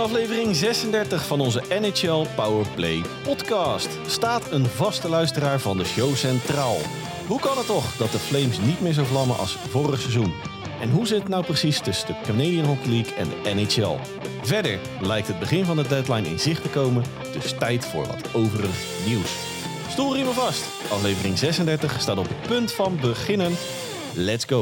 Aflevering 36 van onze NHL Powerplay podcast. Staat een vaste luisteraar van de show centraal. Hoe kan het toch dat de Flames niet meer zo vlammen als vorig seizoen? En hoe zit het nou precies tussen de Canadian Hockey League en de NHL? Verder lijkt het begin van de deadline in zicht te komen, dus tijd voor wat overig nieuws. Stoelriemen vast. Aflevering 36 staat op het punt van beginnen. Let's go.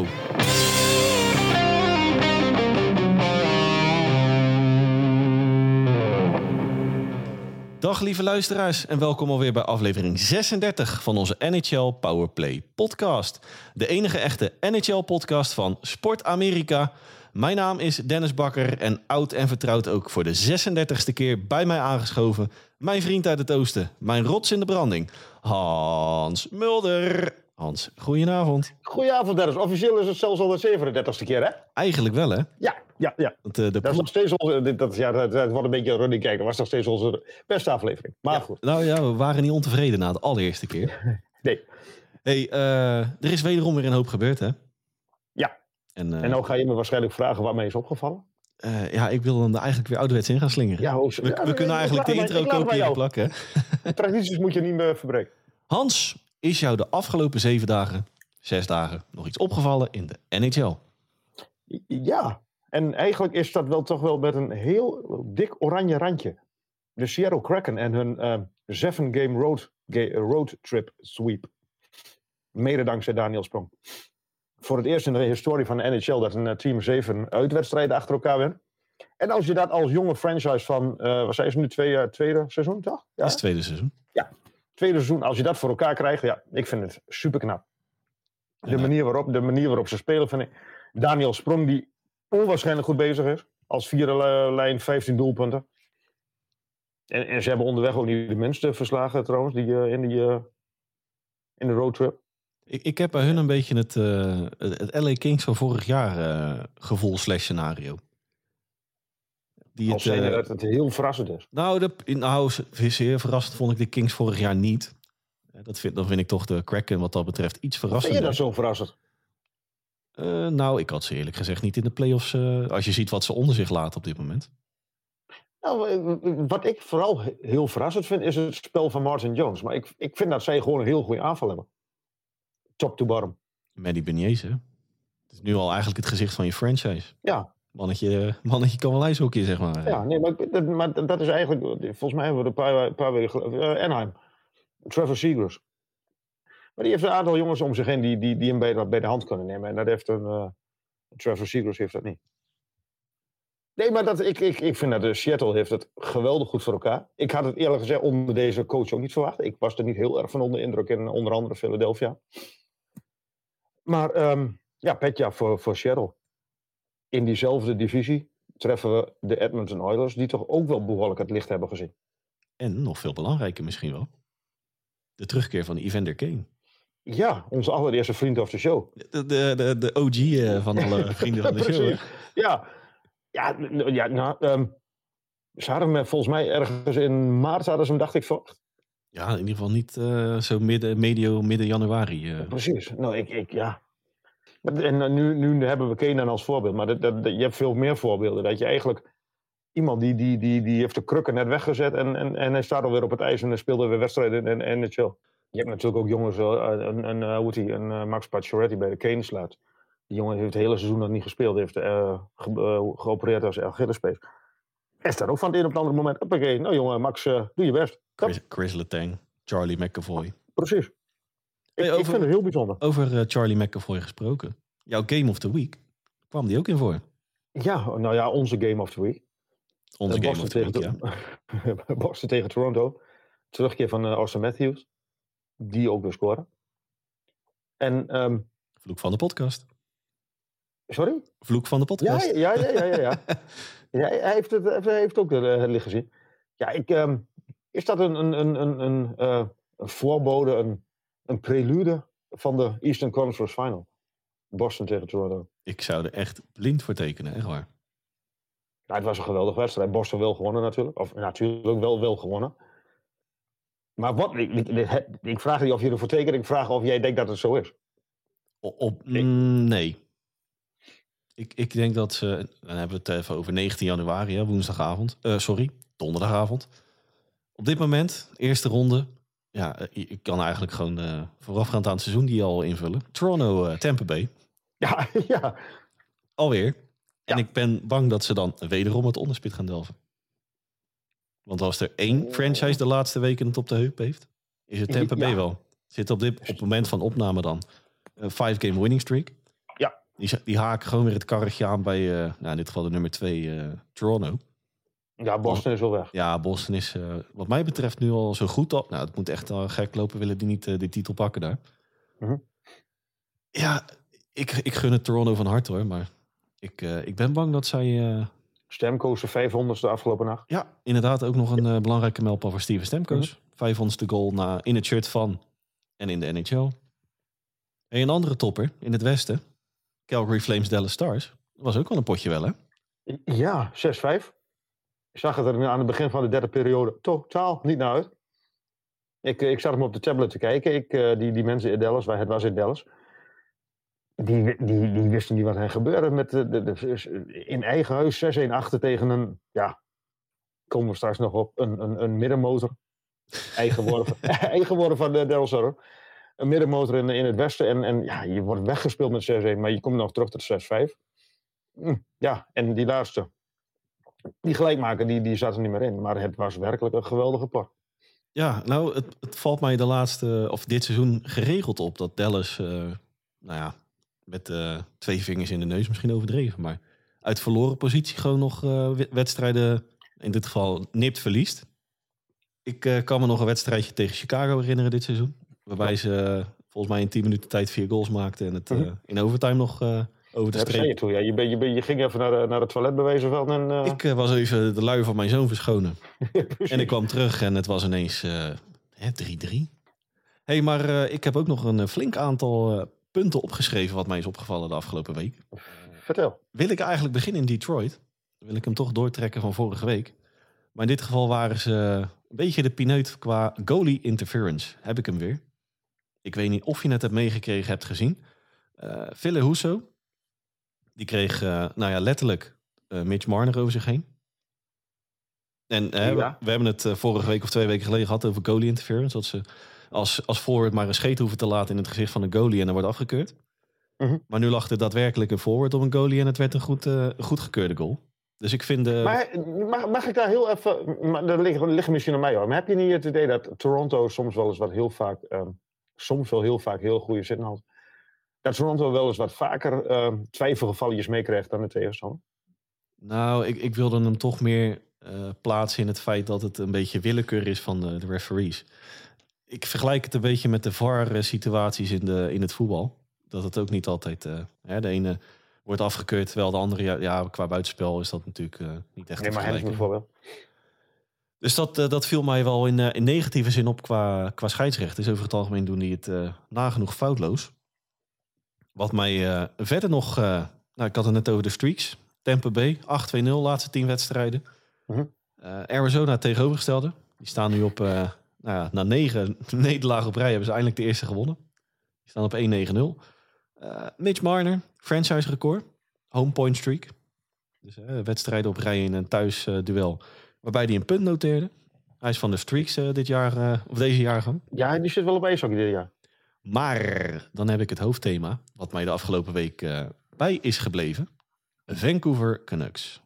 Dag lieve luisteraars en welkom alweer bij aflevering 36 van onze NHL Powerplay podcast. De enige echte NHL podcast van Sport Amerika. Mijn naam is Dennis Bakker en oud en vertrouwd ook voor de 36e keer bij mij aangeschoven. Mijn vriend uit het oosten, mijn rots in de branding, Hans Mulder. Hans, goedenavond. Goedenavond Dennis, officieel is het zelfs al de 37e keer hè? Eigenlijk wel hè? Ja. Dat is nog steeds onze, dat wordt een beetje een running kijken. Dat was nog steeds onze beste aflevering. Maar ja, goed. Nou ja, we waren niet ontevreden na de allereerste keer. Nee. Hey, er is wederom weer een hoop gebeurd hè? Ja. En nou ga je me waarschijnlijk vragen wat mij is opgevallen. Ja, ik wil dan er eigenlijk weer ouderwets in gaan slingeren. Ja, we kunnen eigenlijk de intro kopiëren plakken. Tradities moet je niet verbreken. Hans, is jou de afgelopen 6 dagen nog iets opgevallen in de NHL? Ja, en eigenlijk is dat wel toch wel met een heel dik oranje randje. De Seattle Kraken en hun 7-game road trip sweep. Mede dankzij Daniel Sprong. Voor het eerst in de historie van de NHL dat een team 7 uitwedstrijden achter elkaar wint. En als je dat als jonge franchise van, wat zijn ze nu, tweede seizoen toch? Ja? Dat is het tweede seizoen. Ja, tweede seizoen. Als je dat voor elkaar krijgt, ja, ik vind het super knap. De manier waarop ze spelen, vind ik. Daniel Sprong, die onwaarschijnlijk goed bezig is. Als vierde lijn 15 doelpunten. En ze hebben onderweg ook niet de minste verslagen trouwens, die in de roadtrip. Ik heb bij hun een beetje het LA Kings van vorig jaar gevoel / scenario. Als het heel verrassend is. Nou, zeer verrassend vond ik de Kings vorig jaar niet. Dan vind ik toch de Kraken wat dat betreft iets verrassender. Vind je dat zo verrassend? Nou, ik had ze eerlijk gezegd niet in de playoffs. Als je ziet wat ze onder zich laten op dit moment. Nou, wat ik vooral heel verrassend vind, is het spel van Martin Jones. Maar ik vind dat zij gewoon een heel goede aanval hebben. Top to bottom. Maddie Beniers, hè? Het is nu al eigenlijk het gezicht van je franchise. Ja. Mannetje kan wel ijshockey, zeg maar. Ja, nee, maar dat is eigenlijk... Volgens mij hebben we een paar weken... Anaheim. Trevor Zegras. Maar die heeft een aantal jongens om zich heen die hem bij de hand kunnen nemen. En dat heeft Trevor Zegras heeft dat niet. Nee, maar ik vind dat Seattle heeft het geweldig goed voor elkaar. Ik had het eerlijk gezegd onder deze coach ook niet verwacht. Ik was er niet heel erg van onder indruk in onder andere Philadelphia. Maar petje voor Seattle. In diezelfde divisie treffen we de Edmonton Oilers, die toch ook wel behoorlijk het licht hebben gezien. En nog veel belangrijker misschien wel. De terugkeer van Evander Kane. Ja, onze allereerste vriend of de show. De OG van alle vrienden van de show. Ze hadden hem volgens mij ergens in maart hadden ze hem, dacht ik, verwacht. Ja, in ieder geval niet zo midden januari. Precies. Nou, ja. En nu hebben we Kane dan als voorbeeld. Maar je hebt veel meer voorbeelden. Dat je eigenlijk iemand die heeft de krukken net weggezet en hij staat alweer op het ijs en hij speelde weer wedstrijden in NHL. Je hebt natuurlijk ook jongens, een Max Pacioretty bij de Canes laat. Die jongen heeft het hele seizoen nog niet gespeeld. Heeft geopereerd als Achillespees. Hij staat ook van het een op het andere moment. Oké, nou jongen, Max, doe je best. Chris Letang, Charlie McAvoy. Precies. Ik vind het heel bijzonder. Over Charlie McAvoy gesproken. Jouw Game of the Week, kwam die ook in voor? Ja, nou ja, onze Game of the Week. Onze Game of the Week, ja. Boston tegen Toronto. Terugkeer van Austin Matthews. Die ook weer scoren. En... Vloek van de podcast. Sorry? Vloek van de podcast. Ja. Ja, hij heeft ook het licht gezien. Ja, is dat een voorbode, een prelude van de Eastern Conference Final? Boston tegen Toronto. Ik zou er echt blind voor tekenen, echt waar. Ja, het was een geweldige wedstrijd. Boston wel gewonnen natuurlijk. Of natuurlijk wel gewonnen. Maar wat? Ik vraag niet of je ervoor tekent. Ik vraag of jij denkt dat het zo is. Nee. Ik denk dat ze... Dan hebben we het even over 19 januari, hè, woensdagavond. Donderdagavond. Op dit moment, eerste ronde. Ja, ik kan eigenlijk gewoon voorafgaand aan het seizoen die al invullen. Toronto, Tampa Bay. Ja, ja. Alweer. En Ja. ik ben bang dat ze dan wederom het onderspit gaan delven. Want als er één franchise de laatste weken het op de heup heeft, is het Tampa Bay wel. Zit op het moment van opname dan een 5-game winning streak. Ja. Die haken gewoon weer het karretje aan bij, in dit geval de nummer 2, Toronto. Ja, Boston is wel weg. Ja, Boston is wat mij betreft nu al zo goed op. Nou, het moet echt gek lopen, willen die niet de titel pakken daar. Mhm. Ja, ik gun het Toronto van harte hoor, maar ik ben bang dat zij... Stamkos de 500ste afgelopen nacht. Ja, inderdaad ook nog een belangrijke mijlpaal voor Steven Stamkos. 500ste goal in het shirt van en in de NHL. En een andere topper in het westen, Calgary Flames Dallas Stars. Dat was ook wel een potje wel, hè? Ja, 6-5. Ik zag het er aan het begin van de derde periode totaal niet naar uit. Ik zat hem op de tablet te kijken. Die mensen in Dallas, het was in Dallas. Die wisten niet wat er gebeurde met in eigen huis 6-1 achter tegen een, ja, komen we straks nog op, een middenmotor. Eigen woorden van de Dallas Stars. Een middenmotor in het westen en ja, je wordt weggespeeld met 6-1, maar je komt nog terug tot 6-5. Ja, en die laatste, die gelijkmaker, die zat er niet meer in. Maar het was werkelijk een geweldige pot. Ja, nou, het valt mij dit seizoen geregeld op dat Dallas, met 2 vingers in de neus misschien overdreven, maar uit verloren positie gewoon nog wedstrijden, in dit geval nipt verliest. Ik kan me nog een wedstrijdje tegen Chicago herinneren dit seizoen, waarbij ze volgens mij in 10 minuten tijd 4 goals maakten en het in overtime nog over de streep. Dat zei je toen, ja. Je ging even naar het toilet bewezen van. En, Ik was even de lui van mijn zoon verschonen. En ik kwam terug en het was ineens 3-3. Hey, maar ik heb ook nog een flink aantal punten opgeschreven wat mij is opgevallen de afgelopen week. Vertel. Wil ik eigenlijk beginnen in Detroit? Dan wil ik hem toch doortrekken van vorige week. Maar in dit geval waren ze een beetje de pineut qua goalie interference. Heb ik hem weer. Ik weet niet of je het hebt meegekregen, hebt gezien. Ville Husso, die kreeg letterlijk Mitch Marner over zich heen. En we hebben het vorige week of 2 weken geleden gehad over goalie interference. Dat ze als forward maar een scheet hoeven te laten in het gezicht van een goalie en dan wordt afgekeurd. Mhm. Maar nu lag er daadwerkelijk een forward op een goalie en het werd een goed gekeurde goal. Dus ik vind... Maar mag ik daar heel even... Dat ligt misschien aan mij hoor. Maar heb je niet het idee dat Toronto soms wel eens wat heel vaak... soms wel heel vaak heel goede zin had? Dat Toronto wel eens wat vaker twijfelgevalletjes meekrijgt dan de tegenstander? Nou, ik wilde hem toch meer plaatsen in het feit dat het een beetje willekeur is van de referees. Ik vergelijk het een beetje met de VAR-situaties in het voetbal. Dat het ook niet altijd... de ene wordt afgekeurd, terwijl de andere... qua buitenspel is dat natuurlijk niet echt te vergelijken. Bijvoorbeeld. Dus dat viel mij wel in negatieve zin op qua scheidsrechters. Over het algemeen doen die het nagenoeg foutloos. Wat mij verder nog... ik had het net over de streaks. Tampa Bay, 8-2-0, laatste 10 wedstrijden. Mm-hmm. Arizona tegenovergestelde. Die staan nu op... na 9 nederlagen op rij hebben ze eindelijk de eerste gewonnen. Die staan op 1-9-0. Mitch Marner, franchise record. Home point streak. Dus wedstrijden op rij in een thuisduel. Waarbij hij een punt noteerde. Hij is van de streaks deze jaargang. Ja, die zit wel op ijshockey dit jaar. Maar dan heb ik het hoofdthema. Wat mij de afgelopen week bij is gebleven. Vancouver Canucks.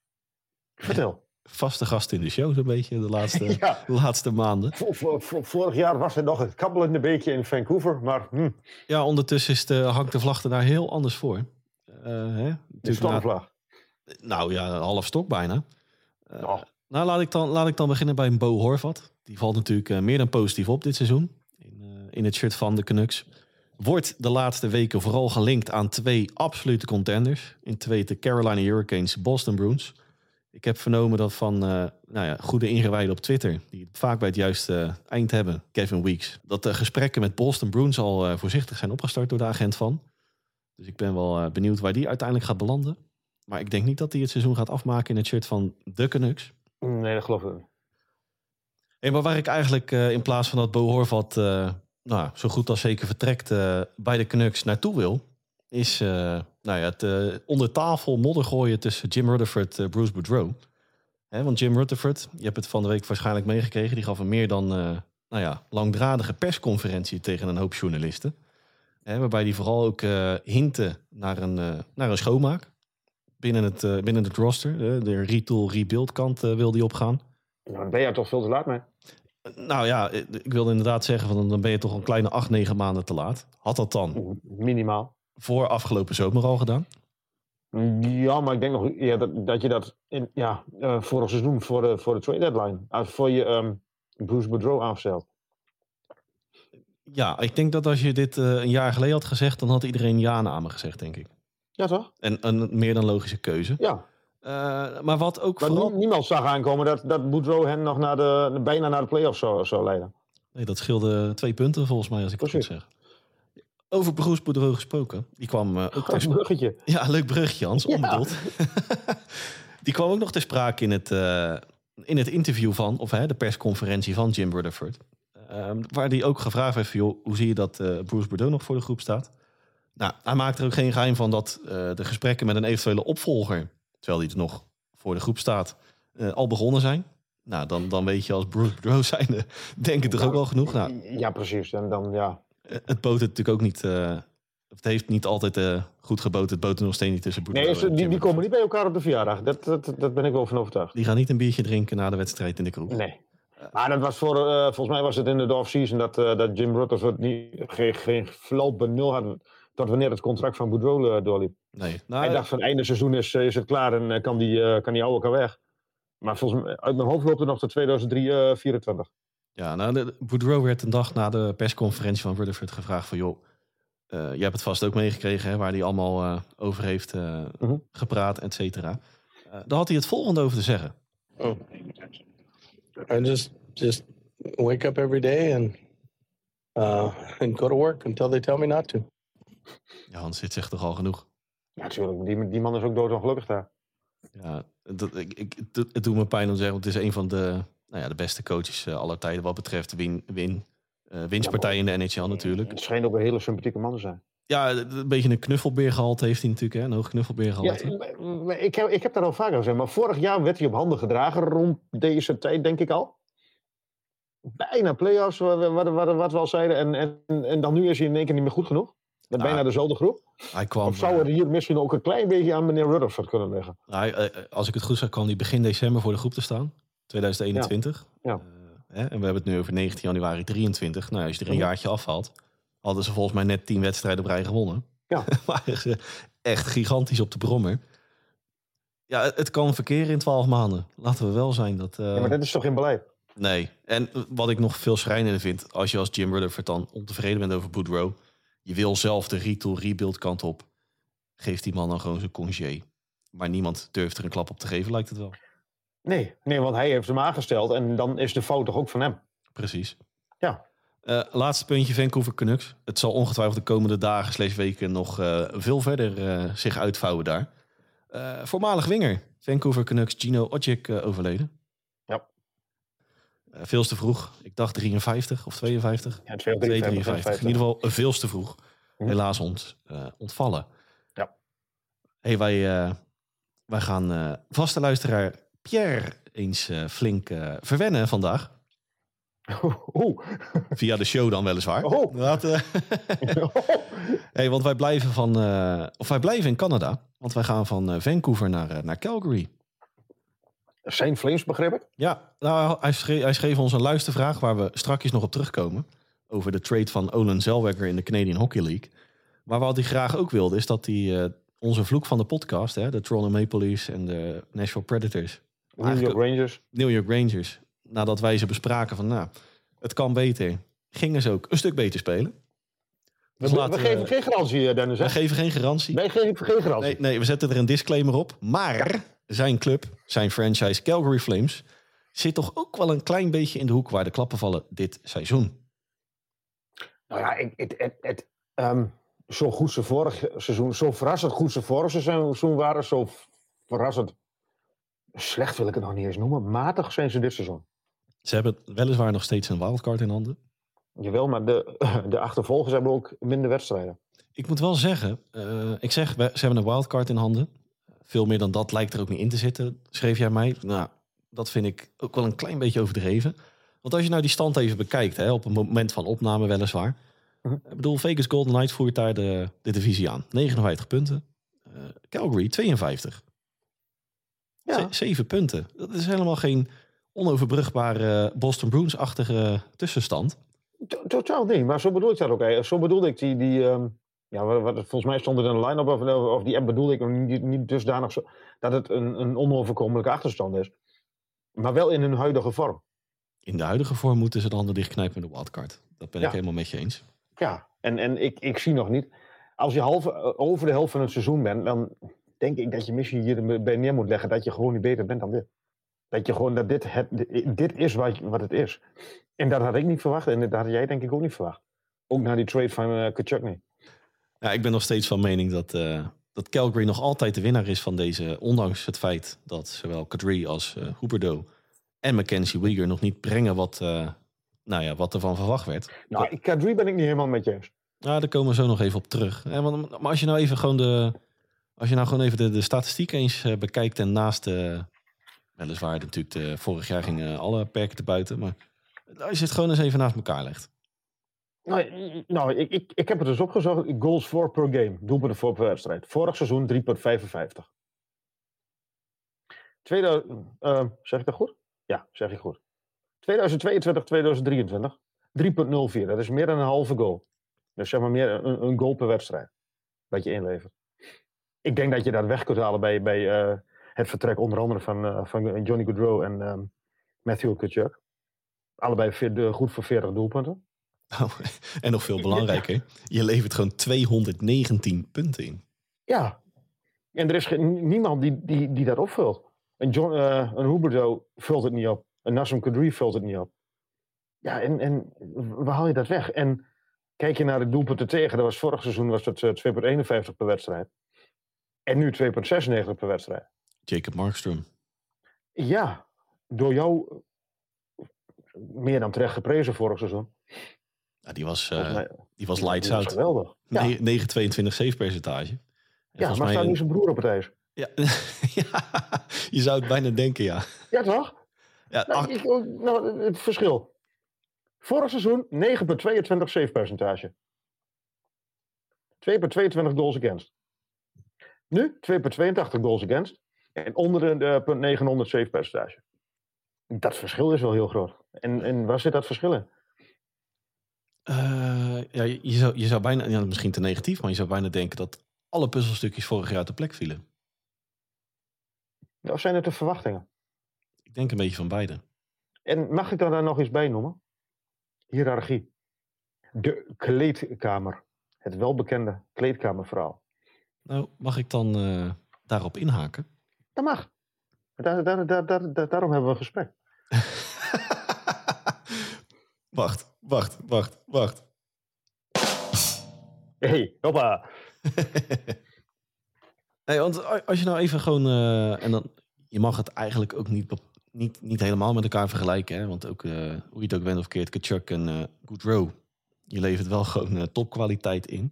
Vertel. Vaste gast in de show zo'n beetje de laatste maanden. Vorig jaar was het nog het kabbelende beetje in Vancouver, maar... Ja, ondertussen hangt de vlag er daar heel anders voor. De stormvlag. Nou ja, half stok bijna. Oh. Nou, laat ik dan beginnen bij een Bo Horvat. Die valt natuurlijk meer dan positief op dit seizoen. In het shirt van de Canucks. Wordt de laatste weken vooral gelinkt aan 2 absolute contenders. In 2 de Carolina Hurricanes, Boston Bruins. Ik heb vernomen dat van goede ingewijden op Twitter... die het vaak bij het juiste eind hebben, Kevin Weeks... dat de gesprekken met Boston Bruins al voorzichtig zijn opgestart door de agent van. Dus ik ben wel benieuwd waar die uiteindelijk gaat belanden. Maar ik denk niet dat hij het seizoen gaat afmaken in het shirt van de Canucks. Nee, dat geloof ik niet. Hey, maar waar ik eigenlijk in plaats van dat Bo Horvat... zo goed als zeker vertrekt bij de Canucks naartoe wil... is nou ja, het onder tafel modder gooien tussen Jim Rutherford, Bruce Boudreau. Want Jim Rutherford, je hebt het van de week waarschijnlijk meegekregen, die gaf een meer dan langdradige persconferentie tegen een hoop journalisten. Waarbij die vooral ook hinten naar een schoonmaak binnen het roster. De retool, rebuild kant wil die opgaan. Nou, dan ben je er toch veel te laat mee. Nou ja, ik wilde inderdaad zeggen, van dan ben je toch een kleine 8-9 maanden te laat. Had dat dan minimaal voor afgelopen zomer al gedaan? Ja, maar ik denk nog dat je dat vorig seizoen voor de trade deadline, voor je Bruce Boudreau aanstelt. Ja, ik denk dat als je dit een jaar geleden had gezegd, dan had iedereen ja na me gezegd, denk ik. Ja, toch? En een meer dan logische keuze. Ja. Maar wat ook maar vooral... niemand zag aankomen dat Boudreau hen nog bijna naar de play-offs zou leiden. Nee, dat scheelde 2 punten volgens mij, als ik het goed zeg. Over Bruce Boudreau gesproken. Die kwam ook ter sprake. Bruggetje. Ja, leuk bruggetje, Hans. Onbedoeld. Die kwam ook nog ter sprake in het interview de persconferentie van Jim Rutherford. Waar hij ook gevraagd werd van, joh, hoe zie je dat Bruce Boudreau nog voor de groep staat? Nou, hij maakt er ook geen geheim van dat de gesprekken met een eventuele opvolger, terwijl hij er nog voor de groep staat, al begonnen zijn. Nou, dan weet je als Bruce Boudreau zijnde, denk ik toch ook wel genoeg. Nou, ja, precies. En dan, ja. Het boot het natuurlijk ook niet... het heeft niet altijd goed geboten. Het boot er nog steeds niet tussen Boudreau en die komen niet bij elkaar op de verjaardag. Dat ben ik wel van overtuigd. Die gaan niet een biertje drinken na de wedstrijd in de kroeg. Nee. Maar dat was volgens mij was het in de off-season dat Jim Rutherford geen flauw benul had tot wanneer het contract van Boudreau doorliep. Nee. Hij dacht van einde seizoen is het klaar en kan die oude kan weg. Maar volgens mij, uit mijn hoofd loopt er nog tot 2024. Ja, Boudreau werd een dag na de persconferentie van Rutherford gevraagd van, joh, jij hebt het vast ook meegekregen, hè, waar hij allemaal over heeft gepraat, et cetera. Daar had hij het volgende over te zeggen. Oh. I just wake up every day and go to work until they tell me not to. Ja, Hans, dit zegt toch al genoeg? Ja, natuurlijk. Die man is ook doodongelukkig daar. Ja, het doet me pijn om te zeggen, want het is een van de beste coaches aller tijden wat betreft winstpartijen in de NHL natuurlijk. Het schijnt ook een hele sympathieke man te zijn. Ja, een beetje een knuffelbeergehalte heeft hij natuurlijk, hè? Een hoog knuffelbeergehalte. Ja, ik heb daar al vaker gezegd, maar vorig jaar werd hij op handen gedragen rond deze tijd, denk ik al. Bijna play-offs, wat we al zeiden. En dan nu is hij in één keer niet meer goed genoeg. Met bijna dezelfde groep. Of zou er hier misschien ook een klein beetje aan meneer Rutherford kunnen liggen? Als ik het goed zeg, kwam hij begin december voor de groep te staan. 2021. Ja. En we hebben het nu over 19 januari 23. Nou, als je er een jaartje afhaalt, hadden ze volgens mij net 10 wedstrijden op rij gewonnen. Ja. Waren ze echt gigantisch op de brommer. Ja, het kan verkeren in 12 maanden. Laten we wel zijn. Ja, maar dat is toch geen beleid? Nee. En wat ik nog veel schrijnender vind, als je als Jim Rutherford dan ontevreden bent over Boudreau, je wil zelf de retool, rebuild kant op, geeft die man dan gewoon zijn congé. Maar niemand durft er een klap op te geven, lijkt het wel. Nee, want hij heeft hem aangesteld en dan is de fout toch ook van hem. Precies. Ja. Laatste puntje, Vancouver Canucks. Het zal ongetwijfeld de komende dagen / weken nog veel verder zich uitvouwen daar. Voormalig winger, Vancouver Canucks, Gino Odjick overleden. Ja. Veel te vroeg. Ik dacht 53 of 52. Ja, 53. In ieder geval veel te vroeg. Helaas ontvallen. Ja. Hey, wij gaan vaste luisteraar Pierre eens flink verwennen vandaag. Via de show dan weliswaar. Hey, want wij blijven in Canada. Want wij gaan van Vancouver naar Calgary. Zijn Flames, begrijp ik? Ja, nou, hij schreef ons een luistervraag waar we strakjes nog op terugkomen. Over de trade van Olen Zellweger in de Canadian Hockey League. Maar wat hij graag ook wilde is dat hij onze vloek van de podcast, de Toronto Maple Leafs en de Nashville Predators. New York Rangers. Nadat wij ze bespraken van, het kan beter, gingen ze ook een stuk beter spelen. Dus we geven geen garantie, Dennis. We geven geen garantie. Wij geven geen garantie. Nee, we zetten er een disclaimer op. Maar zijn club, zijn franchise Calgary Flames, zit toch ook wel een klein beetje in de hoek waar de klappen vallen dit seizoen. Nou ja, zo goed ze vorig seizoen, zo verrassend goed ze vorig seizoen waren, zo verrassend slecht wil ik het nog niet eens noemen. Matig zijn ze dit seizoen. Ze hebben weliswaar nog steeds een wildcard in handen. Jawel, maar de achtervolgers hebben ook minder wedstrijden. Ik moet wel zeggen, ze hebben een wildcard in handen. Veel meer dan dat lijkt er ook niet in te zitten, schreef jij mij. Nou, dat vind ik ook wel een klein beetje overdreven. Want als je nou die stand even bekijkt, hè, op het moment van opname weliswaar. Ik bedoel, Vegas Golden Knights voert daar de divisie aan. 59 punten. Calgary 52. Ja. 7 punten. Dat is helemaal geen onoverbrugbare Boston Bruins-achtige tussenstand. Totaal niet, maar zo bedoel ik dat ook. Zo bedoelde ik volgens mij stond het in de line-up of die app bedoelde ik niet dusdanig zo, dat het een onoverkomelijke achterstand is. Maar wel in hun huidige vorm. In de huidige vorm moeten ze de handen dichtknijpen met de wildcard. Dat ben ik helemaal met je eens. Ja, en ik zie nog niet. Als je over de helft van het seizoen bent, dan denk ik dat je misschien hierbij neer moet leggen dat je gewoon niet beter bent dan dit. Dat je gewoon dat dit is wat het is. En dat had ik niet verwacht en dat had jij denk ik ook niet verwacht. Ook na die trade van Tkachuk niet. Ja, ik ben nog steeds van mening dat Calgary nog altijd de winnaar is van deze. Ondanks het feit dat zowel Kadri als Huberdeau en Mackenzie Weegar nog niet brengen wat ervan verwacht werd. Nou, Kadri ben ik niet helemaal met je eens. Ja, daar komen we zo nog even op terug. Maar als je nou even gewoon even de statistiek eens bekijkt en naast weliswaar natuurlijk vorig jaar gingen alle perken te buiten, maar als je het gewoon eens even naast elkaar legt. Nou, ik heb het dus opgezocht. Goals for per game. Doelpunten voor per wedstrijd. Vorig seizoen 3,55. Zeg ik dat goed? Ja, zeg ik goed. 2022, 2023. 3,04. Dat is meer dan een halve goal. Dus zeg maar meer een goal per wedstrijd. Dat je inlevert. Ik denk dat je dat weg kunt halen bij het vertrek onder andere van Johnny Gaudreau en Matthew Tkachuk. Allebei goed voor 40 doelpunten. Oh, en nog veel belangrijker, je levert gewoon 219 punten in. Ja, en er is niemand die dat opvult. Een Huberdeau vult het niet op. Een Nazem Kadri vult het niet op. Ja, en waar haal je dat weg? En kijk je naar de doelpunten tegen, dat was vorig seizoen was dat 2,51 per wedstrijd. En nu 2,96 per wedstrijd. Jacob Markstrom. Ja, door jou meer dan terecht geprezen vorig seizoen. Ja, die was lights out. Geweldig. Ja. 9,22 save percentage. Ja, maar staat niet zijn broer op het ijs? Ja, je zou het bijna denken, ja. Ja, toch? Ja, het verschil. Vorig seizoen 9,22 save percentage. 2,22 goals against. Nu 2,82 goals against. En onder de .900 save percentage. Dat verschil is wel heel groot. En waar zit dat verschil in? Je zou bijna, misschien te negatief, maar je zou bijna denken dat alle puzzelstukjes vorig jaar uit de plek vielen. Of zijn het de verwachtingen? Ik denk een beetje van beide. En mag ik daar nog eens bij noemen? Hiërarchie. De kleedkamer. Het welbekende kleedkamerverhaal. Nou, mag ik dan daarop inhaken? Dat mag. Daarom hebben we een gesprek. Wacht. Hey, hoppa. Nee, want als je nou even gewoon... en dan, je mag het eigenlijk ook niet helemaal met elkaar vergelijken. Hè? Want ook, hoe je het ook bent of verkeerd, Tkachuk en Gaudreau. Je levert wel gewoon topkwaliteit in.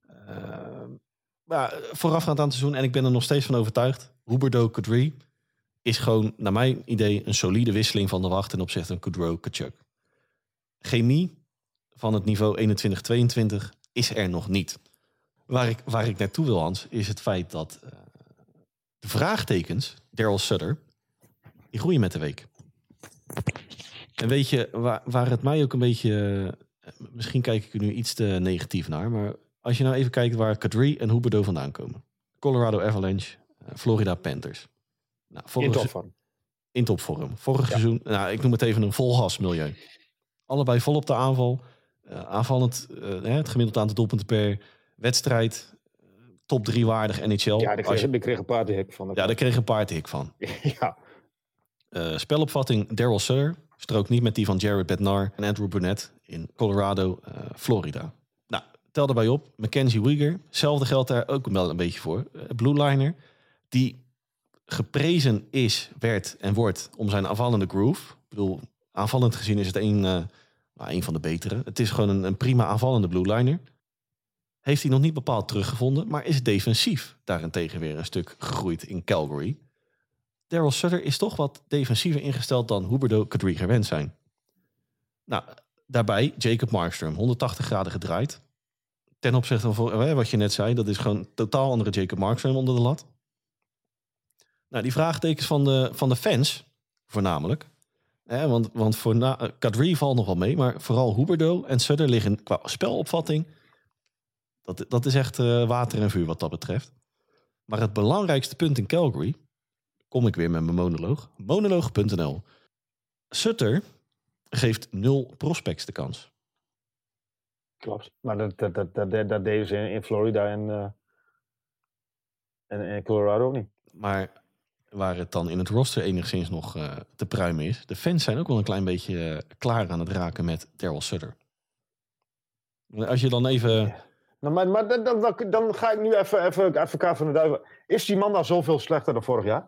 Maar voorafgaand aan het seizoen, en ik ben er nog steeds van overtuigd. Huberdeau, Kadri is gewoon, naar mijn idee, een solide wisseling van de wacht ten opzichte van Gaudreau, Tkachuk. Chemie van het niveau 21-22 is er nog niet. Waar ik naartoe wil, Hans, is het feit dat de vraagtekens, Daryl Sutter, die groeien met de week. En weet je, waar het mij ook een beetje... misschien kijk ik er nu iets te negatief naar, maar als je nou even kijkt waar Kadri en Huberdeau vandaan komen. Colorado Avalanche, Florida Panthers. Nou, in topvorm. Vorig seizoen, ik noem het even een volgasmilieu. Allebei vol op de aanval. Aanvallend, het gemiddeld aantal doelpunten per wedstrijd. Top 3 waardig NHL. Ja, daar kreeg een paardenhik van. Ja, daar kreeg een paardenhik van. Ja. Spelopvatting Daryl Sutter. Strook niet met die van Jared Bednar en Andrew Brunette in Colorado, Florida. Nou, tel daarbij op. Mackenzie Weegar. Hetzelfde geldt daar ook wel een beetje voor. Blue Liner. Die geprezen werd en wordt om zijn aanvallende groove. Ik bedoel, aanvallend gezien is het een Nou, een van de betere. Het is gewoon een prima aanvallende blue liner. Heeft hij nog niet bepaald teruggevonden, maar is defensief daarentegen weer een stuk gegroeid in Calgary. Daryl Sutter is toch wat defensiever ingesteld dan Huberdeau Kadri gewend zijn. Nou, daarbij Jacob Markstrom, 180 graden gedraaid. Ten opzichte van wat je net zei, dat is gewoon totaal andere Jacob Markstrom onder de lat. Nou, die vraagtekens van de fans, voornamelijk. Want voor Kadri valt nog wel mee, maar vooral Huberdeau en Sutter liggen qua spelopvatting. Dat is echt water en vuur wat dat betreft. Maar het belangrijkste punt in Calgary, kom ik weer met mijn monoloog. Monoloog.nl. Sutter geeft 0 prospects de kans. Klopt. Maar dat deden ze in Florida en Colorado niet. Maar waar het dan in het roster enigszins nog te pruimen is, de fans zijn ook wel een klein beetje klaar aan het raken met Daryl Sutter. Als je dan even... Nou, maar dan ga ik nu even advocaat van de duivel. Is die man nou zoveel slechter dan vorig jaar?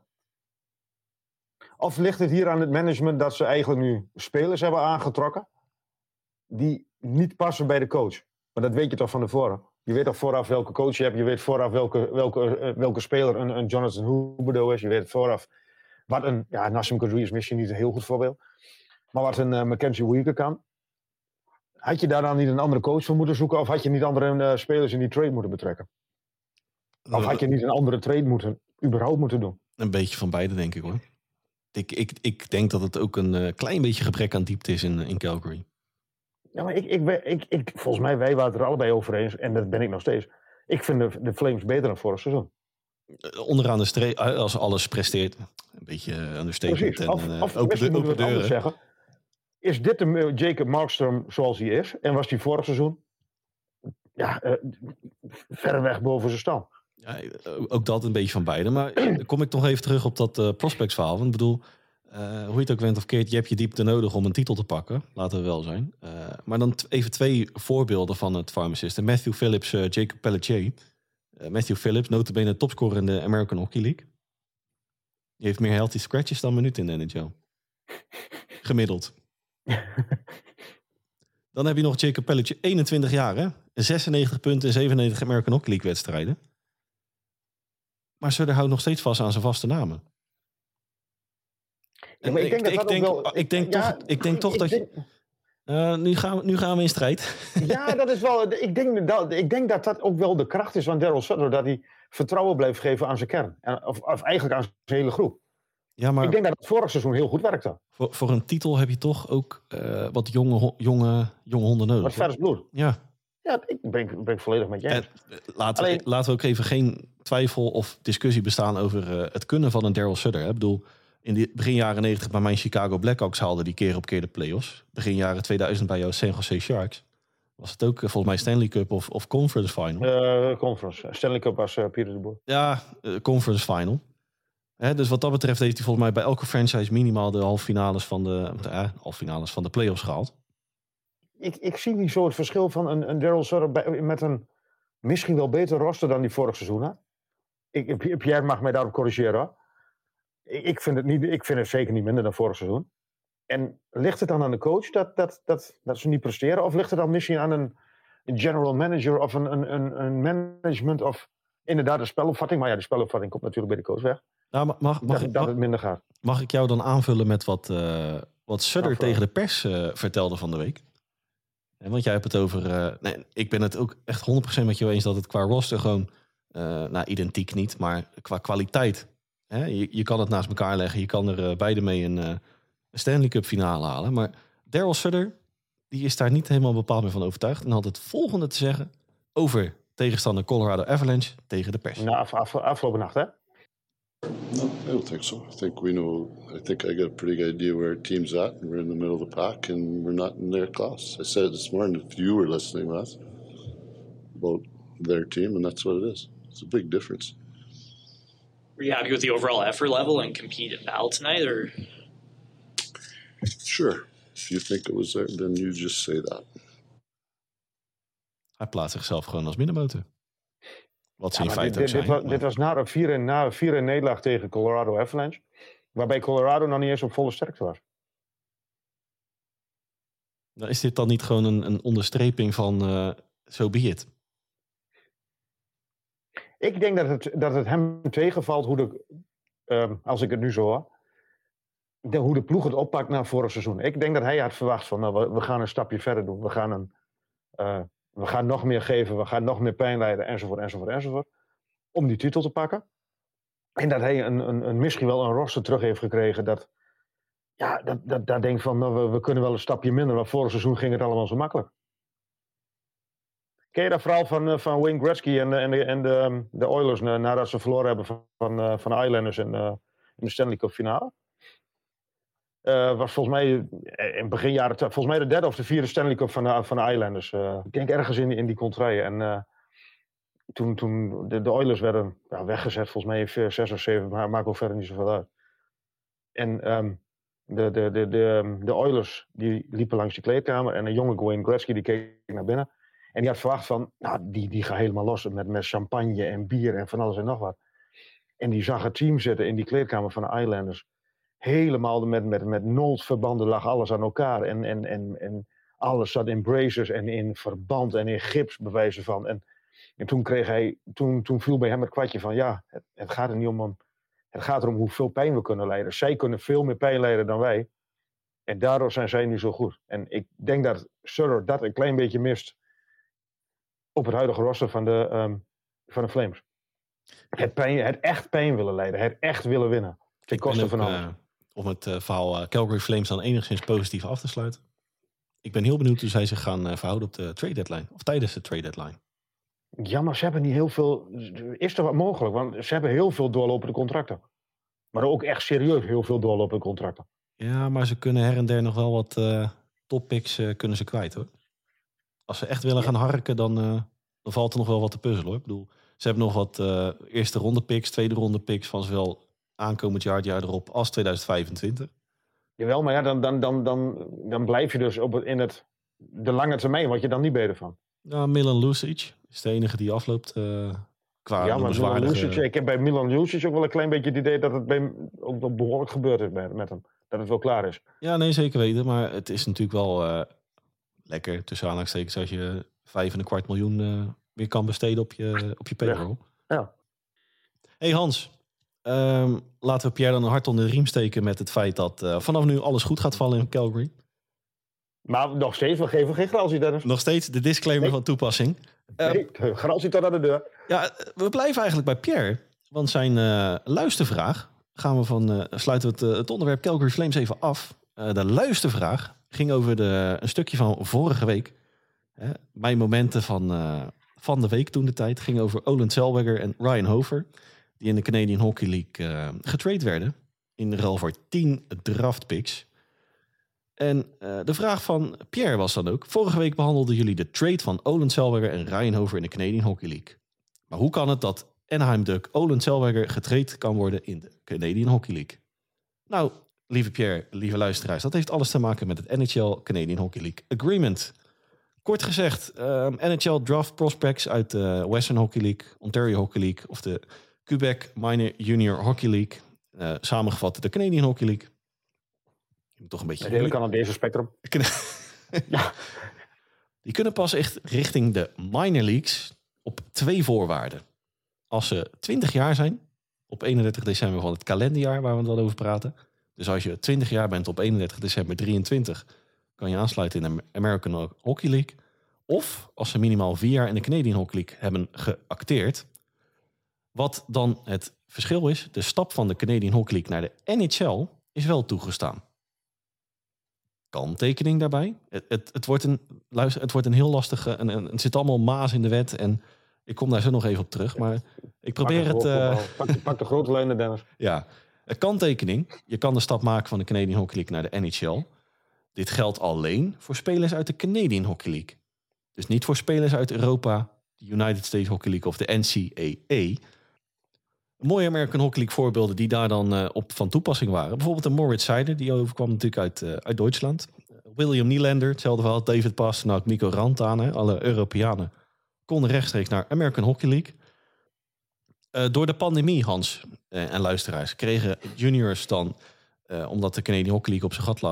Of ligt het hier aan het management dat ze eigenlijk nu spelers hebben aangetrokken die niet passen bij de coach? Maar dat weet je toch van tevoren? Je weet toch vooraf welke coach je hebt. Je weet vooraf welke speler een Jonathan Huberdeau is. Je weet vooraf wat een... Ja, Nassim Kadri is misschien niet een heel goed voorbeeld. Maar wat een Mackenzie Weegar kan. Had je daar dan niet een andere coach voor moeten zoeken? Of had je niet andere spelers in die trade moeten betrekken? Of had je niet een andere trade überhaupt moeten doen? Een beetje van beide, denk ik hoor. Ik denk dat het ook een klein beetje gebrek aan diepte is in Calgary. Ja, maar volgens mij, wij waren het er allebei over eens. En dat ben ik nog steeds. Ik vind de Flames beter dan vorig seizoen. Onderaan de streep, als alles presteert. Een beetje understatement. Precies. Of misschien moeten we het anders zeggen. Is dit de Jacob Markstrom zoals hij is? En was hij vorig seizoen verreweg boven zijn stand? Ja, ook dat een beetje van beide. Maar dan kom ik toch even terug op dat prospects-verhaal. Want ik bedoel, hoe je het ook went of keert, je hebt je diepte nodig om een titel te pakken. Laten we wel zijn. Maar dan even 2 voorbeelden van het farm system. Matthew Phillips, Jacob Pelletier. Matthew Phillips, nota bene topscorer in de American Hockey League. Die heeft meer healthy scratches dan minuten in de NHL. Gemiddeld. Dan heb je nog Jacob Pelletier, 21 jaar hè? 96 punten in 97 American Hockey League wedstrijden. Maar Sutter houdt nog steeds vast aan zijn vaste namen. Ja, maar ik denk toch dat je... Nu gaan we in strijd. Ja, dat is wel... Ik denk dat ook wel de kracht is van Daryl Sutter. Dat hij vertrouwen blijft geven aan zijn kern. Of eigenlijk aan zijn hele groep. Ja, maar ik denk dat het vorig seizoen heel goed werkte. Voor een titel heb je toch ook wat jonge honden nodig. Wat vers bloed. Ja. Ja, ik ben volledig met je eens. Laten we ook even geen twijfel of discussie bestaan over het kunnen van een Daryl Sutter. Hè? Ik bedoel, in de begin jaren 90 bij mijn Chicago Blackhawks haalde die keer op keer de playoffs. Begin jaren 2000 bij jouw San Jose Sharks. Was het ook volgens mij Stanley Cup of Conference Final? Conference. Stanley Cup was Pieter de Boer. Ja, Conference Final. Dus wat dat betreft heeft hij volgens mij bij elke franchise minimaal de halve finales van de playoffs gehaald. Ik zie niet zo het verschil van een Daryl Sutter met een misschien wel beter roster dan die vorig seizoen had. Pierre mag mij daarop corrigeren hoor. Ik vind het zeker niet minder dan vorig seizoen. En ligt het dan aan de coach dat ze niet presteren? Of ligt het dan misschien aan een general manager of een management of inderdaad de spelopvatting? Maar ja, de spelopvatting komt natuurlijk bij de coach weg. Nou, dat het minder gaat. Mag ik jou dan aanvullen met wat Sutter tegen de pers vertelde van de week? Want jij hebt het over... ik ben het ook echt 100% met jou eens dat het qua roster gewoon... identiek niet, maar qua kwaliteit. Je kan het naast elkaar leggen. Je kan er beide mee een Stanley Cup finale halen. Maar Daryl Sutter, die is daar niet helemaal bepaald meer van overtuigd. En had het volgende te zeggen over tegenstander Colorado Avalanche tegen de pers. Nou, afgelopen nacht, hè? No, I don't think so. I think I got a pretty good idea where our team's at. We're in the middle of the pack and we're not in their class. I said it this morning, if you were listening, Matt, about their team, and that's what it is. It's a big difference. Were you happy with the overall effort level and compete at battle tonight, or? Sure. If you think it was there, then you just say that. Hij plaatst zichzelf gewoon als middenmotor. Wat ze in feite ook zijn. Dit was na een 4-1 nederlaag tegen Colorado Avalanche. Waarbij Colorado nog niet eens op volle sterkte was. Nou, is dit dan niet gewoon een onderstreping van so be it? Ik denk dat het hem tegenvalt als ik het nu zo hoor, hoe de ploeg het oppakt na vorig seizoen. Ik denk dat hij had verwacht van, nou, we gaan een stapje verder doen. We gaan nog meer geven, we gaan nog meer pijn lijden, enzovoort. Om die titel te pakken. En dat hij misschien wel een roster terug heeft gekregen dat denkt van, nou, we kunnen wel een stapje minder, maar vorig seizoen ging het allemaal zo makkelijk. Ken je dat verhaal van Wayne Gretzky en de Oilers nadat ze verloren hebben van de Islanders in de Stanley Cup finale? Was volgens mij in begin jaren, volgens mij de derde of de vierde Stanley Cup van de Islanders. Ik denk ergens in die contraien. En toen de Oilers werden weggezet, volgens mij in 6 of 7, maar maakt ook verder niet zoveel uit. En de Oilers die liepen langs de kleedkamer en een jonge Wayne Gretzky die keek naar binnen. En die had verwacht van, nou, die gaat helemaal los met champagne en bier en van alles en nog wat. En die zag het team zitten in die kleedkamer van de Islanders. Helemaal met noodverbanden lag alles aan elkaar. En alles zat in braces en in verband en in gips, bewijzen van. En toen viel bij hem het kwartje van, ja, het gaat er niet om. Het gaat erom hoeveel pijn we kunnen lijden. Zij kunnen veel meer pijn lijden dan wij. En daardoor zijn zij nu zo goed. En ik denk dat Sutter dat een klein beetje mist op het huidige roster van de Flames. Het echt pijn willen lijden. Het echt willen winnen. Ten koste van alles. Om het verhaal Calgary Flames dan enigszins positief af te sluiten. Ik ben heel benieuwd hoe zij zich gaan verhouden op de trade deadline. Of tijdens de trade deadline. Ja, maar ze hebben niet heel veel. Is er wat mogelijk? Want ze hebben heel veel doorlopende contracten. Maar ook echt serieus heel veel doorlopende contracten. Ja, maar ze kunnen her en der nog wel wat toppicks kunnen ze kwijt, hoor. Als ze echt willen gaan harken, dan valt er nog wel wat te puzzelen, hoor. Ik bedoel, ze hebben nog wat eerste ronde picks, tweede ronde picks van zowel aankomend jaar, het jaar erop, als 2025. Jawel, maar ja, dan blijf je dus de lange termijn, wat je dan niet beter van. Ja, Milan Lucic is de enige die afloopt qua ja, maar Milan noemenswaardige... Lucic, ik heb bij Milan Lucic ook wel een klein beetje het idee dat het ook wel behoorlijk gebeurd is met hem. Dat het wel klaar is. Ja, nee, zeker weten. Maar het is natuurlijk wel lekker, tussen aanhalingstekens, als je 5,25 miljoen weer kan besteden op je payroll. Ja. Hey Hans, laten we Pierre dan een hart onder de riem steken met het feit dat vanaf nu alles goed gaat vallen in Calgary. Maar nog steeds, we geven geen garantie, Dennis. Nog steeds de disclaimer van toepassing. Garantie tot aan de deur. Ja, we blijven eigenlijk bij Pierre. Want zijn luistervraag, sluiten we het onderwerp Calgary Flames even af. De luistervraag ging over een stukje van vorige week. Mijn momenten van de week toen de tijd. Ging over Olen Zellweger en Ryan Hofer. Die in de Canadian Hockey League getrade werden. In ruil voor 10 draft picks. En de vraag van Pierre was dan ook: vorige week behandelden jullie de trade van Olen Zellweger en Ryan Hofer in de Canadian Hockey League. Maar hoe kan het dat Anaheim Duck Olen Zellweger getrade kan worden in de Canadian Hockey League? Nou, lieve Pierre, lieve luisteraars, dat heeft alles te maken met het NHL Canadian Hockey League Agreement. Kort gezegd, NHL draft prospects uit de Western Hockey League, Ontario Hockey League of de Quebec Minor Junior Hockey League. Samengevat de Canadian Hockey League. Toch een beetje Het hele Canadese spectrum. Ja. Die kunnen pas echt richting de minor leagues op 2 voorwaarden. Als ze 20 jaar zijn, op 31 december van het kalenderjaar waar we het al over praten. Dus als je 20 jaar bent op 31 december 23, kan je aansluiten in de American Hockey League. Of als ze minimaal 4 jaar in de Canadian Hockey League hebben geacteerd. Wat dan het verschil is, de stap van de Canadian Hockey League naar de NHL is wel toegestaan. Kanttekening daarbij. Het wordt een heel lastige... Er zit allemaal maas in de wet. En ik kom daar zo nog even op terug. Maar ik probeer het... Pak de grote lijnen, Dennis. Ja. Een kanttekening. Je kan de stap maken van de Canadian Hockey League naar de NHL. Dit geldt alleen voor spelers uit de Canadian Hockey League. Dus niet voor spelers uit Europa, de United States Hockey League of de NCAA. Mooie American Hockey League voorbeelden die daar dan op van toepassing waren. Bijvoorbeeld een Moritz Seider, die overkwam natuurlijk uit Duitsland. William Nylander, hetzelfde verhaal. David Pastrnak, Nico Rantanen. Alle Europeanen konden rechtstreeks naar American Hockey League. Door de pandemie, Hans en luisteraars, kregen juniors dan, omdat de Canadian Hockey League op zijn gat lag,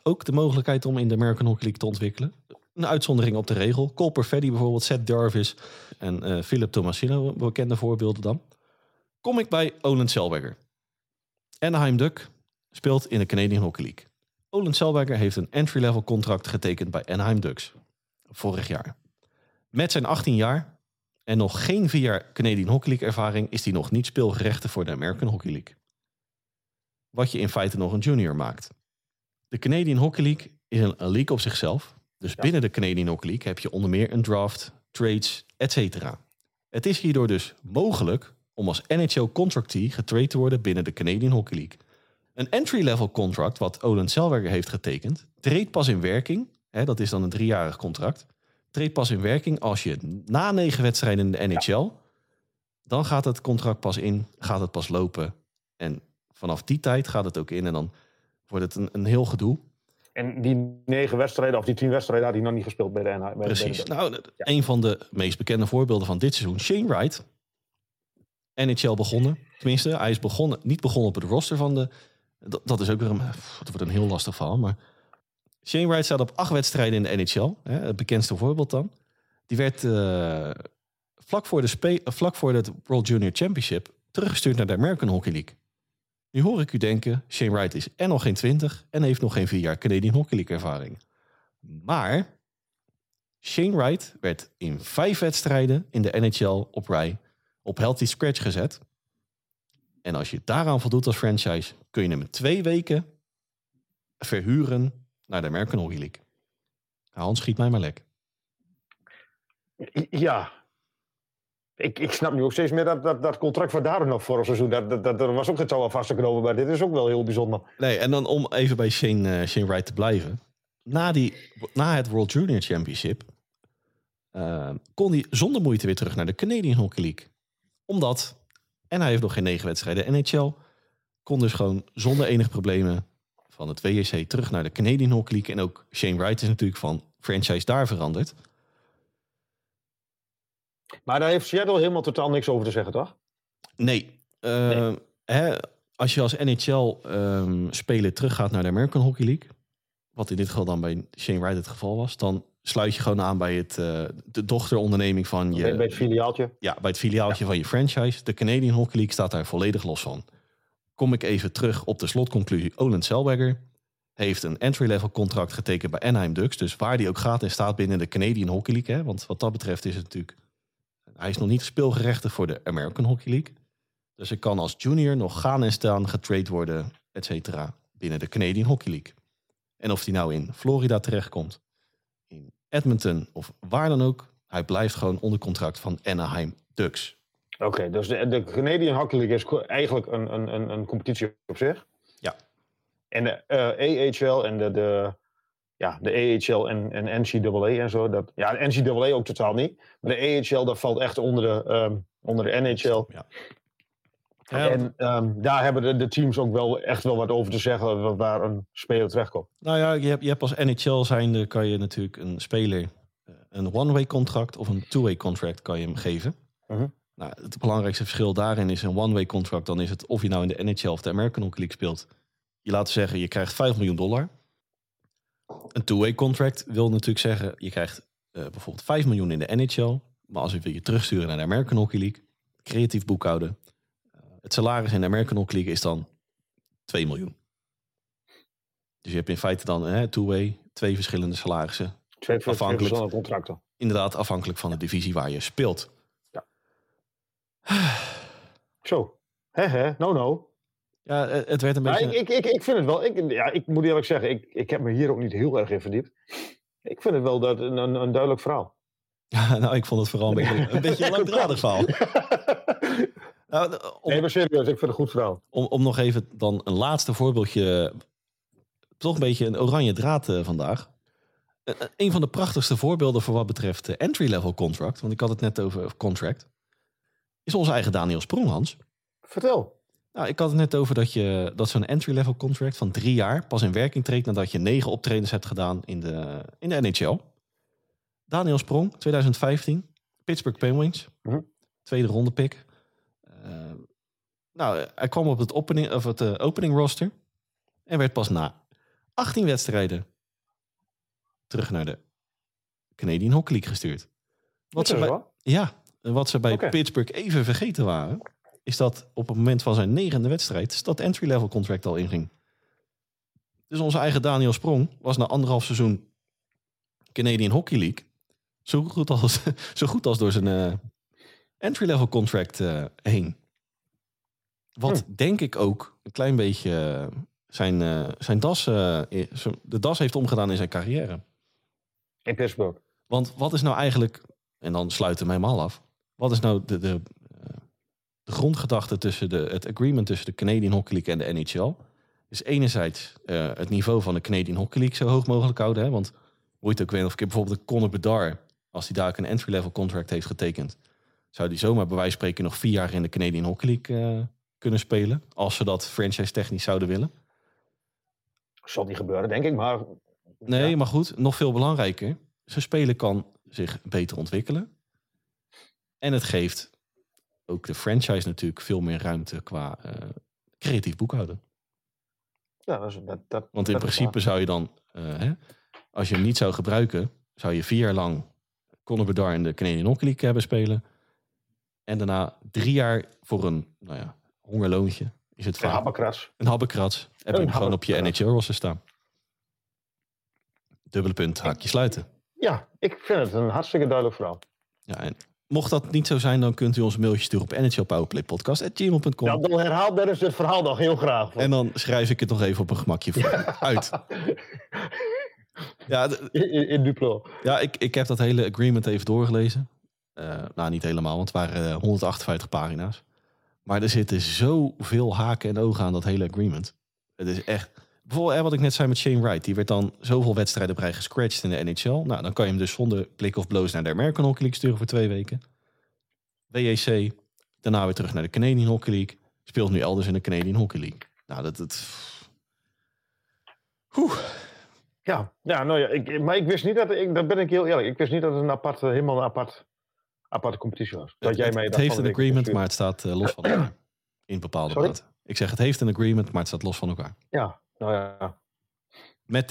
ook de mogelijkheid om in de American Hockey League te ontwikkelen. Een uitzondering op de regel. Cole Perfetti bijvoorbeeld, Seth Jarvis en Philip Tomasino, bekende voorbeelden dan. Kom ik bij Olen Zellweger. Anaheim Duck speelt in de Canadian Hockey League. Olen Zellweger heeft een entry-level contract getekend bij Anaheim Ducks. Vorig jaar. Met zijn 18 jaar en nog geen 4 jaar Canadian Hockey League ervaring is hij nog niet speelgerechtigd voor de American Hockey League. Wat je in feite nog een junior maakt. De Canadian Hockey League is een league op zichzelf. Dus binnen de Canadian Hockey League heb je onder meer een draft, trades, etc. Het is hierdoor dus mogelijk om als NHL contractee getrade te worden binnen de Canadian Hockey League. Een entry-level contract, wat Olen Zellweger heeft getekend, treedt pas in werking, dat is dan een 3-jarig contract, treedt pas in werking als je na 9 wedstrijden in de NHL, dan gaat het contract pas in, gaat het pas lopen. En vanaf die tijd gaat het ook in en dan wordt het een heel gedoe. En die 9 wedstrijden of die 10 wedstrijden had hij nog niet gespeeld bij de NHL. Precies. Een van de meest bekende voorbeelden van dit seizoen, Shane Wright. NHL begonnen. Tenminste, hij is niet begonnen op het roster van de... Dat is ook weer dat wordt een heel lastig verhaal, maar... Shane Wright staat op 8 wedstrijden in de NHL. Het bekendste voorbeeld dan. Die werd vlak voor het World Junior Championship teruggestuurd naar de American Hockey League. Nu hoor ik u denken, Shane Wright is en nog geen 20 en heeft nog geen 4 jaar Canadian Hockey League ervaring. Maar Shane Wright werd in 5 wedstrijden in de NHL op rij op healthy scratch gezet. En als je daaraan voldoet als franchise, kun je hem in 2 weken verhuren naar de American Hockey League. Hans, schiet mij maar lek. Ja. Ik snap nu ook steeds meer dat contract van Darren nog vorig seizoen. Dat was ook geen touw aan vastgenomen, maar dit is ook wel heel bijzonder. Nee, en dan om even bij Shane Wright te blijven. Na het World Junior Championship kon hij zonder moeite weer terug naar de Canadian Hockey League. Omdat, en hij heeft nog geen 9 wedstrijden NHL, kon dus gewoon zonder enige problemen van het WJC terug naar de Canadian Hockey League. En ook Shane Wright is natuurlijk van franchise daar veranderd. Maar daar heeft Seattle helemaal totaal niks over te zeggen, toch? Nee. Als je als NHL-speler teruggaat naar de American Hockey League, wat in dit geval dan bij Shane Wright het geval was, dan sluit je gewoon aan bij de dochteronderneming van je... Bij het filiaaltje? Ja, bij het filiaaltje van je franchise. De Canadian Hockey League staat daar volledig los van. Kom ik even terug op de slotconclusie. Olen Zellweger heeft een entry-level contract getekend bij Anaheim Ducks. Dus waar die ook gaat en staat binnen de Canadian Hockey League. Hè? Want wat dat betreft is het natuurlijk... Hij is nog niet speelgerechtigd voor de American Hockey League. Dus hij kan als junior nog gaan en staan, getrade worden, et cetera, binnen de Canadian Hockey League. En of hij nou in Florida terechtkomt, in Edmonton of waar dan ook, hij blijft gewoon onder contract van Anaheim Ducks. Oké, dus de Canadian Hockey League is eigenlijk een competitie op zich. Ja. En de AHL en de AHL en NCAA en zo. De NCAA ook totaal niet. Maar de AHL, dat valt echt onder de NHL. Ja. En daar hebben de teams ook wel echt wel wat over te zeggen waar een speler terechtkomt. Nou ja, je hebt als NHL zijnde kan je natuurlijk een speler een one-way contract of een two-way contract kan je hem geven. Uh-huh. Nou, het belangrijkste verschil daarin is een one-way contract. Dan is het of je nou in de NHL of de American Hockey League speelt. Je laat zeggen, je krijgt $5 miljoen. Een two-way contract wil natuurlijk zeggen, je krijgt bijvoorbeeld $5 miljoen in de NHL. Maar als je terugsturen naar de American Hockey League, creatief boekhouden. Het salaris in de American Hockey League is dan $2 miljoen. Dus je hebt in feite dan two-way, 2 verschillende salarissen. 2 verschillende contracten. Inderdaad, afhankelijk van de divisie waar je speelt. Ja. Zo. No. Ja, het werd een beetje... Ik vind het wel... Ik moet eerlijk zeggen, ik heb me hier ook niet heel erg in verdiept. Ik vind het wel een duidelijk verhaal. Ja, nou, ik vond het vooral een beetje een langdradig verhaal. Nee, maar serieus, ik vind het een goed verhaal. Om nog even dan een laatste voorbeeldje... Toch een beetje een oranje draad vandaag. Een van de prachtigste voorbeelden voor wat betreft entry-level contract... want ik had het net over contract... is onze eigen Daniel Sprong, Hans. Vertel. Nou, ik had het net over dat zo'n entry-level contract van 3 jaar... pas in werking treedt nadat je 9 optredens hebt gedaan in de NHL. Daniel Sprong, 2015, Pittsburgh Penguins. Tweede ronde pick. Hij kwam op het opening roster... en werd pas na 18 wedstrijden terug naar de Canadian Hockey League gestuurd. Wat ze bij Pittsburgh even vergeten waren, is dat op het moment van zijn 9e wedstrijd dat entry-level contract al inging. Dus onze eigen Daniel Sprong was na 1,5 seizoen Canadian Hockey League zo goed als door zijn entry-level contract heen. Wat denk ik ook een klein beetje zijn das, de das heeft omgedaan in zijn carrière. In Pittsburgh. Want wat is nou eigenlijk, en dan sluiten we hem al af, wat is nou de grondgedachte tussen het agreement tussen de Canadian Hockey League en de NHL? Dus enerzijds het niveau van de Canadian Hockey League zo hoog mogelijk houden. Hè? Want hoe je het ook weet, of ik heb bijvoorbeeld de Connor Bedard, als hij daar ook een entry-level contract heeft getekend, zou die zomaar bij wijze van spreken nog 4 jaar in de Canadian Hockey League kunnen spelen. Als ze dat franchise technisch zouden willen. Zal niet gebeuren, denk ik. Maar nee, maar goed, nog veel belangrijker. Zo'n speler kan zich beter ontwikkelen. En het geeft ook de franchise natuurlijk veel meer ruimte qua creatief boekhouden. Ja, want in principe zou je dan, als je hem niet zou gebruiken, zou je 4 jaar lang Connor Bedard in de Canadian Hockey League hebben spelen. En daarna 3 jaar voor een hongerloontje. Is het vaak. Een habbekrats. Heb je hem gewoon op je NHL-roster staan. Dubbele punt, haakje sluiten. Ja, ik vind het een hartstikke duidelijk verhaal. Ja, en mocht dat niet zo zijn, dan kunt u ons een mailtje sturen op nhlpowerplaypodcast@gmail.com. Ja, dan herhaalt Dennis het verhaal nog heel graag. En dan schrijf ik het nog even op een gemakje voor uit. Ja, in Duplo. Ja, ik heb dat hele agreement even doorgelezen. Niet helemaal, want het waren 158 pagina's. Maar er zitten zoveel haken en ogen aan dat hele agreement. Het is echt... Bijvoorbeeld wat ik net zei met Shane Wright. Die werd dan zoveel wedstrijden bij gescratcht in de NHL. Nou, dan kan je hem dus zonder blik of bloos naar de American Hockey League sturen voor 2 weken. WEC. Daarna weer terug naar de Canadian Hockey League. Speelt nu elders in de Canadian Hockey League. Nou, maar ik wist niet dat... Daar ben ik heel eerlijk. Ik wist niet dat het helemaal een aparte competitie was. Het heeft een agreement, maar het staat los van elkaar. In bepaalde mate. Ik zeg, het heeft een agreement, maar het staat los van elkaar. Ja, nou ja. Met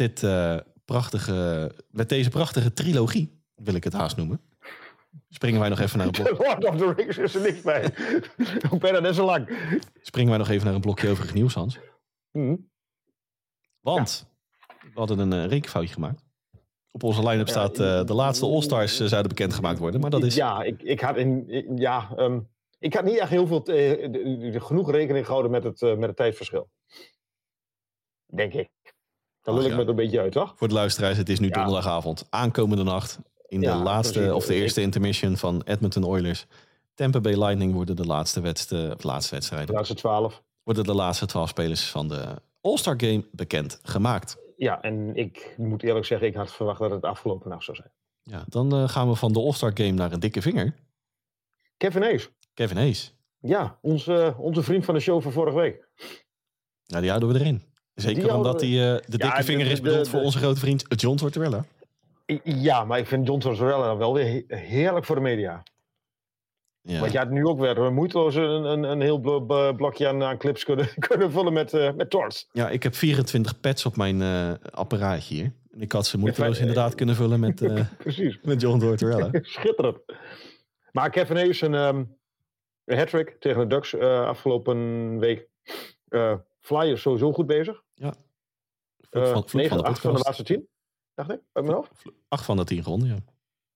deze prachtige trilogie, wil ik het haast noemen, springen wij nog even naar een blok. Lord of the Rings is er niks bij. Hoe ben je net zo lang? Springen wij nog even naar een blokje overig nieuws, Hans. Want we hadden een rekenfoutje gemaakt. Op onze line-up staat de laatste All-Stars zouden bekendgemaakt worden. Maar dat is... Ja, ik had niet echt heel veel genoeg rekening gehouden met het tijdsverschil. Denk ik. Dan lul ik me er een beetje uit, toch? Voor de luisteraars, het is nu donderdagavond. Aankomende nacht. In de laatste, of de eerste intermission van Edmonton Oilers. Tampa Bay Lightning worden de laatste wedstrijden. De laatste 12. Worden de laatste 12 spelers van de All-Star Game bekend gemaakt. Ja, en ik moet eerlijk zeggen, ik had verwacht dat het afgelopen nacht zou zijn. Ja, dan gaan we van de All-Star Game naar een dikke vinger. Kevin Hayes. Ja, onze vriend van de show van vorige week. Ja, die houden we erin. Zeker omdat hij de dikke vinger is bedoeld voor onze grote vriend John Tortorella. Ja, maar ik vind John Tortorella wel weer heerlijk voor de media. Ja. Want je had nu ook weer moeiteloos een heel blokje aan clips kunnen vullen met Tors. Ja, ik heb 24 pads op mijn apparaatje hier. En ik had ze moeiteloos inderdaad kunnen vullen met, met John Tortorella. Schitterend. Maar Kevin Hayes een hat-trick tegen de Ducks afgelopen week. Flyers sowieso goed bezig. Ja. 8 van de laatste 10, dacht ik, uit mijn hoofd. 8 van de 10 gewonnen, ja.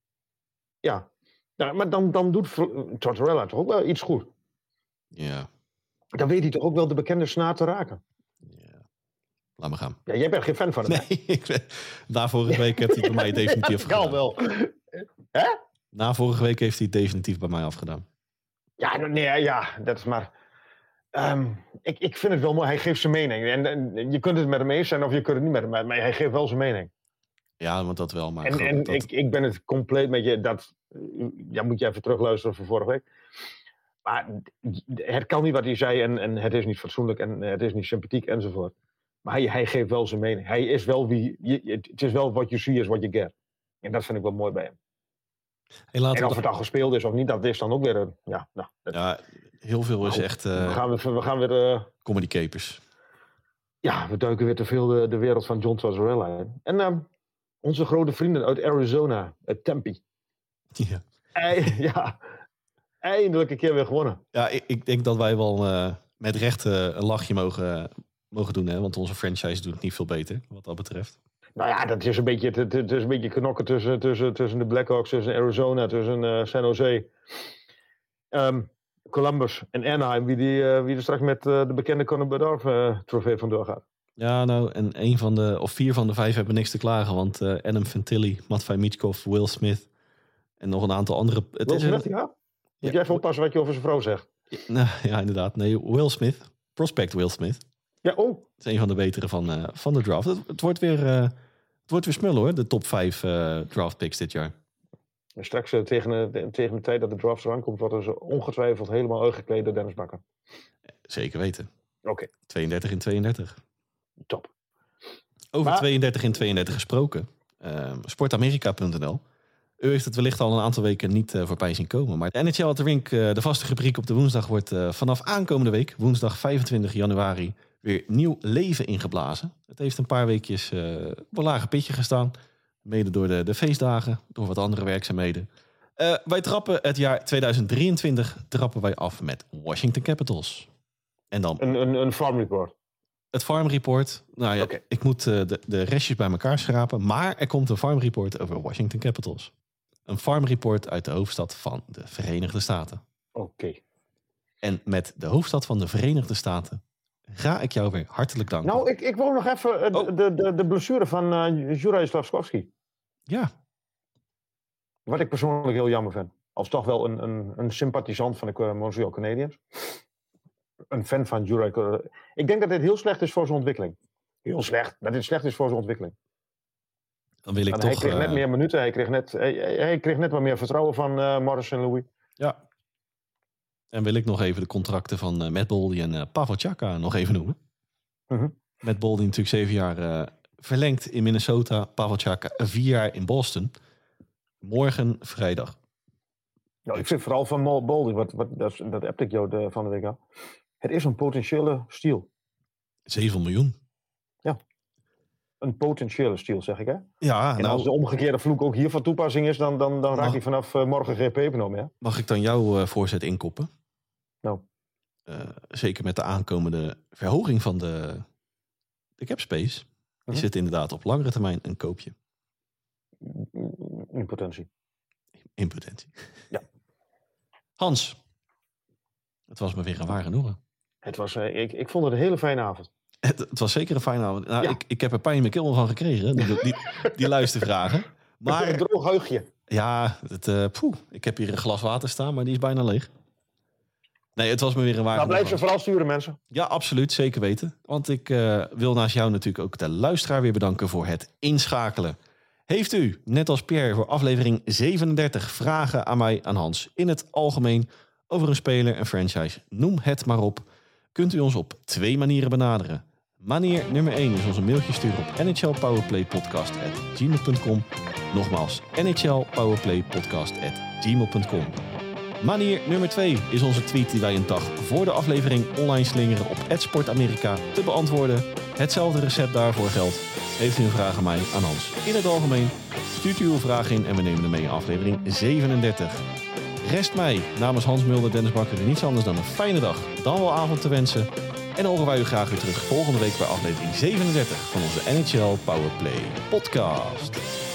Ja, maar dan doet Tortorella toch ook wel iets goed. Ja. Dan weet hij toch ook wel de bekende snaar te raken. Ja. Laat maar gaan. Ja, jij bent geen fan van hem. Nee, na vorige week heeft hij bij mij definitief afgedaan. wel. Hè? Na vorige week heeft hij het definitief bij mij afgedaan. Ja, dat is maar... ik vind het wel mooi. Hij geeft zijn mening. En je kunt het met hem eens zijn of je kunt het niet met hem. Maar hij geeft wel zijn mening. Ja, want dat wel. Maar ik ben het compleet met je. Ja, moet je even terugluisteren van vorige week. Maar het kan niet wat hij zei. En het is niet fatsoenlijk. En het is niet sympathiek enzovoort. Maar hij geeft wel zijn mening. Hij is wel het is wel what you see is what you get. En dat vind ik wel mooi bij hem. Hey, en of het al gespeeld is of niet, dat is dan ook weer... heel veel is echt... we gaan weer... comedy capers. Ja, we duiken weer te veel de wereld van John Tortorella in. En onze grote vrienden uit Arizona, uit Tempe. Ja. Eindelijk een keer weer gewonnen. Ja, ik denk dat wij wel met recht een lachje mogen doen. Hè? Want onze franchise doet het niet veel beter, wat dat betreft. Nou ja, dat is een beetje, het is een beetje knokken tussen de Blackhawks, tussen Arizona, tussen San Jose, Columbus en Anaheim. Wie er straks met de bekende Conor Bedard trofee vandoor gaat. Ja, nou, en 4 van de 5 hebben niks te klagen. Want Adam Fantilli, Matvei Michkov, Will Smith en nog een aantal andere... Will Smith, ja? Moet jij even oppassen wat je over zijn vrouw zegt. Ja, inderdaad. Nee, Will Smith. Prospect Will Smith. Ja, oh. Het is een van de betere van de draft. Het wordt weer smullen hoor, de top 5 draft picks dit jaar. En straks tegen de tijd dat de draft eraan komt, worden ze ongetwijfeld helemaal uitgekleed door Dennis Bakker. Zeker weten. Oké. 32 in 32. Top. Over 32 in 32 gesproken. Sportamerika.nl. U heeft het wellicht al een aantal weken niet voorbij zien komen. Maar de NHL at the Rink, de vaste rubriek op de woensdag, wordt vanaf aankomende week, woensdag 25 januari, weer nieuw leven ingeblazen. Het heeft een paar weekjes op een lage pitje gestaan. Mede door de feestdagen, door wat andere werkzaamheden. Wij trappen het jaar 2023 af met Washington Capitals. En dan een farm report. Het Farm Report. Nou ja, Okay. Ik moet de restjes bij elkaar schrapen. Maar er komt een Farm Report over Washington Capitals. Een Farm Report uit de hoofdstad van de Verenigde Staten. Oké. En met de hoofdstad van de Verenigde Staten ga ik jou weer hartelijk danken. Nou, ik wil nog even de blessure van Juraj Slafkovský. Ja. Wat ik persoonlijk heel jammer vind. Als toch wel een sympathisant van de Montreal Canadiens. Een fan van Juraj. Ik denk dat dit heel slecht is voor zijn ontwikkeling. Heel slecht. Dat dit slecht is voor zijn ontwikkeling. Dan wil ik en toch... Hij kreeg net meer minuten. Hij kreeg net wat meer vertrouwen van Morris en Louis. Ja. En wil ik nog even de contracten van Matt Boldy en Pavel Chaka nog even noemen. Matt Boldy natuurlijk 7 jaar verlengd in Minnesota. Pavel Chaka 4 jaar in Boston. Morgen vrijdag. Nou, ik vind vooral van Boldy, dat appte ik jou van de week al. Het is een potentiële steal. 7 miljoen. Ja. Een potentiële steal, zeg ik, hè? Ja, en als de omgekeerde vloek ook hier van toepassing is, dan raakt hij vanaf morgen geen peper meer. Mag ik dan jouw voorzet inkoppen? Nou. Zeker met de aankomende verhoging van de cap space is het inderdaad op langere termijn een koopje. In potentie. In potentie. Ja. Hans, het was me weer een waar genoegen. Het was, ik vond het een hele fijne avond. Het was zeker een fijne avond. Nou, ja. ik heb er pijn in mijn keel van gekregen, die luistervragen. Maar een droog heugje. Ja, ik heb hier een glas water staan, maar die is bijna leeg. Nee, het was me weer een waar genoegen. Nou, blijf ze vooral sturen, mensen. Ja, absoluut. Zeker weten. Want ik wil naast jou natuurlijk ook de luisteraar weer bedanken voor het inschakelen. Heeft u, net als Pierre voor aflevering 37, vragen aan mij, aan Hans, in het algemeen over een speler, een franchise, noem het maar op, kunt u ons op 2 manieren benaderen. Manier nummer 1 is ons een mailtje sturen op nhlpowerplaypodcast@gmail.com. Nogmaals, nhlpowerplaypodcast@gmail.com. Manier nummer 2 is onze tweet die wij een dag voor de aflevering online slingeren op @sportamerika te beantwoorden. Hetzelfde recept daarvoor geldt. Heeft u een vraag aan mij, aan Hans, in het algemeen, stuurt u uw vraag in en we nemen hem mee in aflevering 37. Rest mij namens Hans Mulder, Dennis Bakker niets anders dan een fijne dag, dan wel avond te wensen. En dan horen wij u graag weer terug volgende week bij aflevering 37 van onze NHL Powerplay podcast.